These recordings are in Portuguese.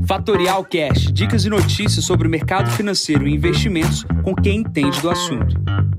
Fatorial Cash, dicas e notícias sobre o mercado financeiro e investimentos com quem entende do assunto.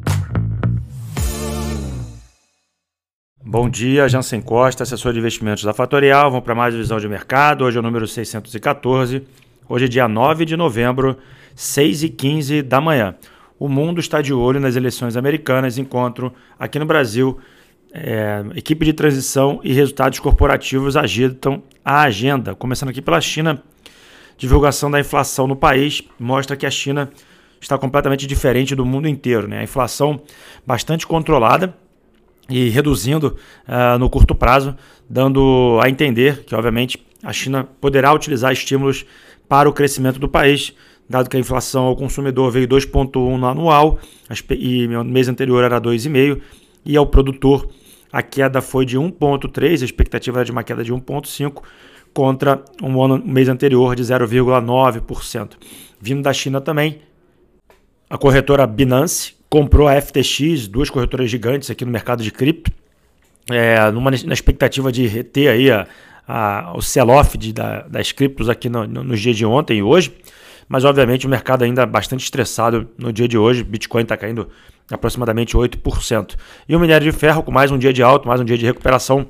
Bom dia, Jansen Costa, assessor de investimentos da Fatorial. Vamos para mais visão de mercado. Hoje é o número 614. Hoje é dia 9 de novembro, 6h15 da manhã. O mundo está de olho nas eleições americanas, enquanto aqui no Brasil, equipe de transição e resultados corporativos agitam a agenda. Começando aqui pela China, divulgação da inflação no país mostra que a China está completamente diferente do mundo inteiro, né? A inflação bastante controlada e reduzindo no curto prazo, dando a entender que, obviamente, a China poderá utilizar estímulos para o crescimento do país, dado que a inflação ao consumidor veio 2,1 no anual, e no mês anterior era 2,5, e ao produtor a queda foi de 1,3, a expectativa era de uma queda de 1,5, contra um mês anterior de 0,9%. Vindo da China também, a corretora Binance comprou a FTX, duas corretoras gigantes aqui no mercado de cripto, na expectativa de reter aí o sell-off das criptos aqui nos dias de ontem e hoje, mas obviamente o mercado ainda bastante estressado no dia de hoje. Bitcoin está caindo aproximadamente 8%. E o minério de ferro com mais um dia de alta, mais um dia de recuperação,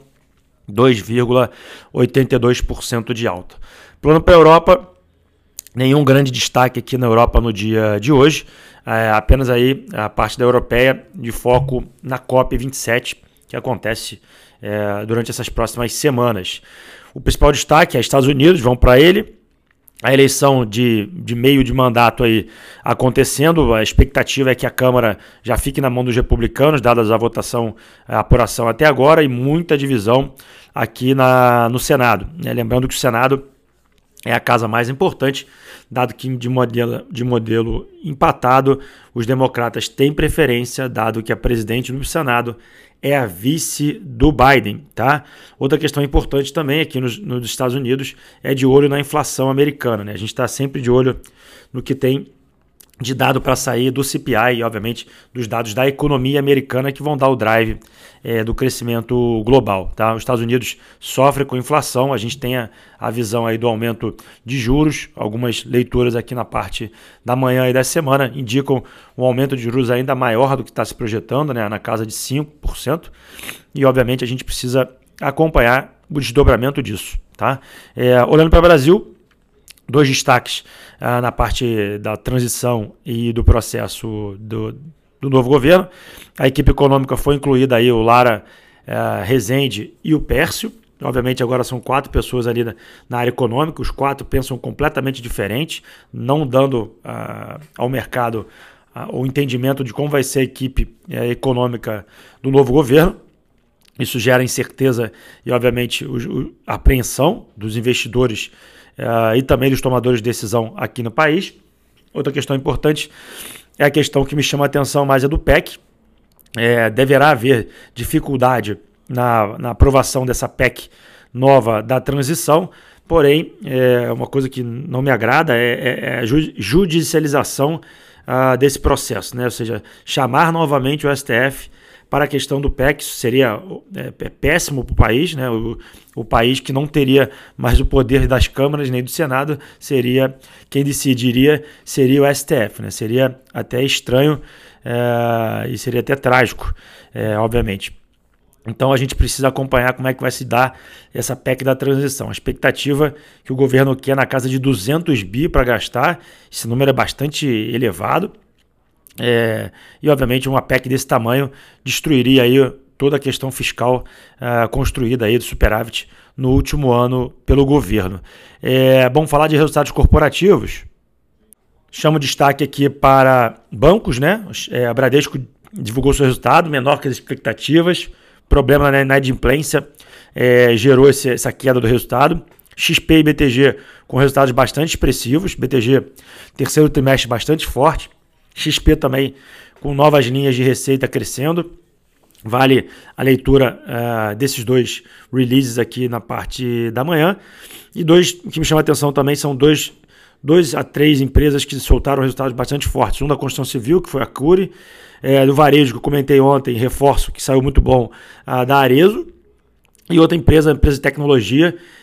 2,82% de alta. Plano para a Europa, nenhum grande destaque aqui na Europa no dia de hoje, apenas aí a parte da europeia de foco na COP27, que acontece durante essas próximas semanas. O principal destaque é Estados Unidos, vão para ele. A eleição de meio de mandato aí acontecendo, a expectativa é que a Câmara já fique na mão dos republicanos, dadas a votação, a apuração até agora, e muita divisão aqui no Senado. Lembrando que o Senado é a casa mais importante, dado que de modelo empatado, os democratas têm preferência, dado que a presidente do Senado é a vice do Biden, tá? Outra questão importante também aqui nos Estados Unidos é de olho na inflação americana, né? A gente está sempre de olho no que tem de dado para sair do CPI e, obviamente, dos dados da economia americana que vão dar o drive do crescimento global, tá? Os Estados Unidos sofrem com inflação, a gente tem a visão aí do aumento de juros, algumas leituras aqui na parte da manhã e da semana indicam um aumento de juros ainda maior do que está se projetando, né? Na casa de 5%, e, obviamente, a gente precisa acompanhar o desdobramento disso, tá? Olhando para o Brasil, dois destaques na parte da transição e do processo do novo governo. A equipe econômica foi incluída aí o Lara Rezende e o Pércio. Obviamente agora são 4 pessoas ali na área econômica, os 4 pensam completamente diferente, não dando ao mercado o entendimento de como vai ser a equipe econômica do novo governo. Isso gera incerteza e, obviamente, a apreensão dos investidores e também dos tomadores de decisão aqui no país. Outra questão importante é a questão que me chama a atenção mais do PEC. Deverá haver dificuldade na aprovação dessa PEC nova da transição, porém, uma coisa que não me agrada é a judicialização desse processo, né? Ou seja, chamar novamente o STF para a questão do PEC. Isso seria péssimo para o país, né? O país que não teria mais o poder das câmaras nem do Senado, quem decidiria seria o STF, né? Seria até estranho e seria até trágico, obviamente. Então a gente precisa acompanhar como é que vai se dar essa PEC da transição. A expectativa é que o governo quer na casa de 200 bi para gastar, esse número é bastante elevado. E obviamente uma PEC desse tamanho destruiria aí toda a questão fiscal construída aí do superávit no último ano pelo governo. Bom, falar de resultados corporativos. Chamo destaque aqui para bancos, né? A Bradesco divulgou seu resultado, menor que as expectativas. Problema na inadimplência gerou essa queda do resultado. XP e BTG com resultados bastante expressivos. BTG, terceiro trimestre bastante forte. XP também com novas linhas de receita crescendo. Vale a leitura desses dois releases aqui na parte da manhã. E dois que me chamam a atenção também são 2 a 3 empresas que soltaram resultados bastante fortes. Um da construção civil, que foi a Cury, do varejo, que eu comentei ontem, reforço, que saiu muito bom, da Arezzo. E outra empresa de tecnologia,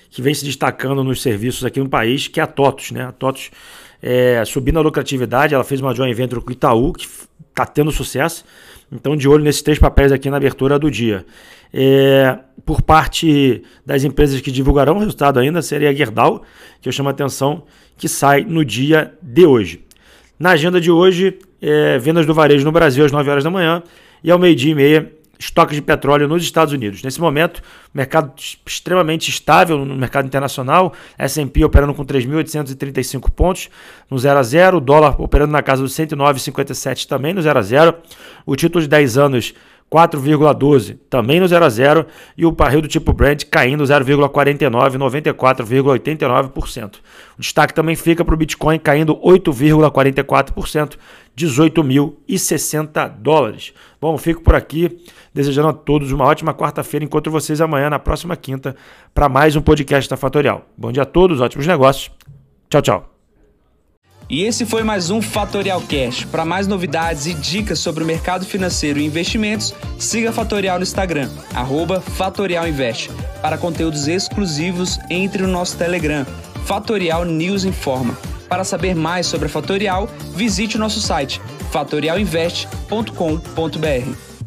que vem se destacando nos serviços aqui no país, que é a TOTVS, né? A TOTVS subindo a lucratividade, ela fez uma joint venture com o Itaú, que está tendo sucesso. Então, de olho nesses 3 papéis aqui na abertura do dia. Por parte das empresas que divulgarão o resultado ainda, seria a Gerdau, que eu chamo a atenção, que sai no dia de hoje. Na agenda de hoje, vendas do varejo no Brasil às 9 horas da manhã e ao 12h30, estoques de petróleo nos Estados Unidos. Nesse momento, mercado extremamente estável no mercado internacional, S&P operando com 3.835 pontos no 0 a 0, o dólar operando na casa dos 109,57 também no 0 a 0, o título de 10 anos 4,12 também no 0 a 0 e o barril do tipo Brent caindo 0,49, 94,89%. O destaque também fica para o Bitcoin caindo 8,44%, 18.060 dólares. Bom, fico por aqui, desejando a todos uma ótima quarta-feira. Encontro vocês amanhã, na próxima quinta, para mais um podcast da Fatorial. Bom dia a todos, ótimos negócios. Tchau, tchau. E esse foi mais um Fatorial Cash. Para mais novidades e dicas sobre o mercado financeiro e investimentos, siga a Fatorial no Instagram, @FatorialInvest. Para conteúdos exclusivos, entre no nosso Telegram, Fatorial News Informa. Para saber mais sobre a Fatorial, visite o nosso site fatorialinvest.com.br.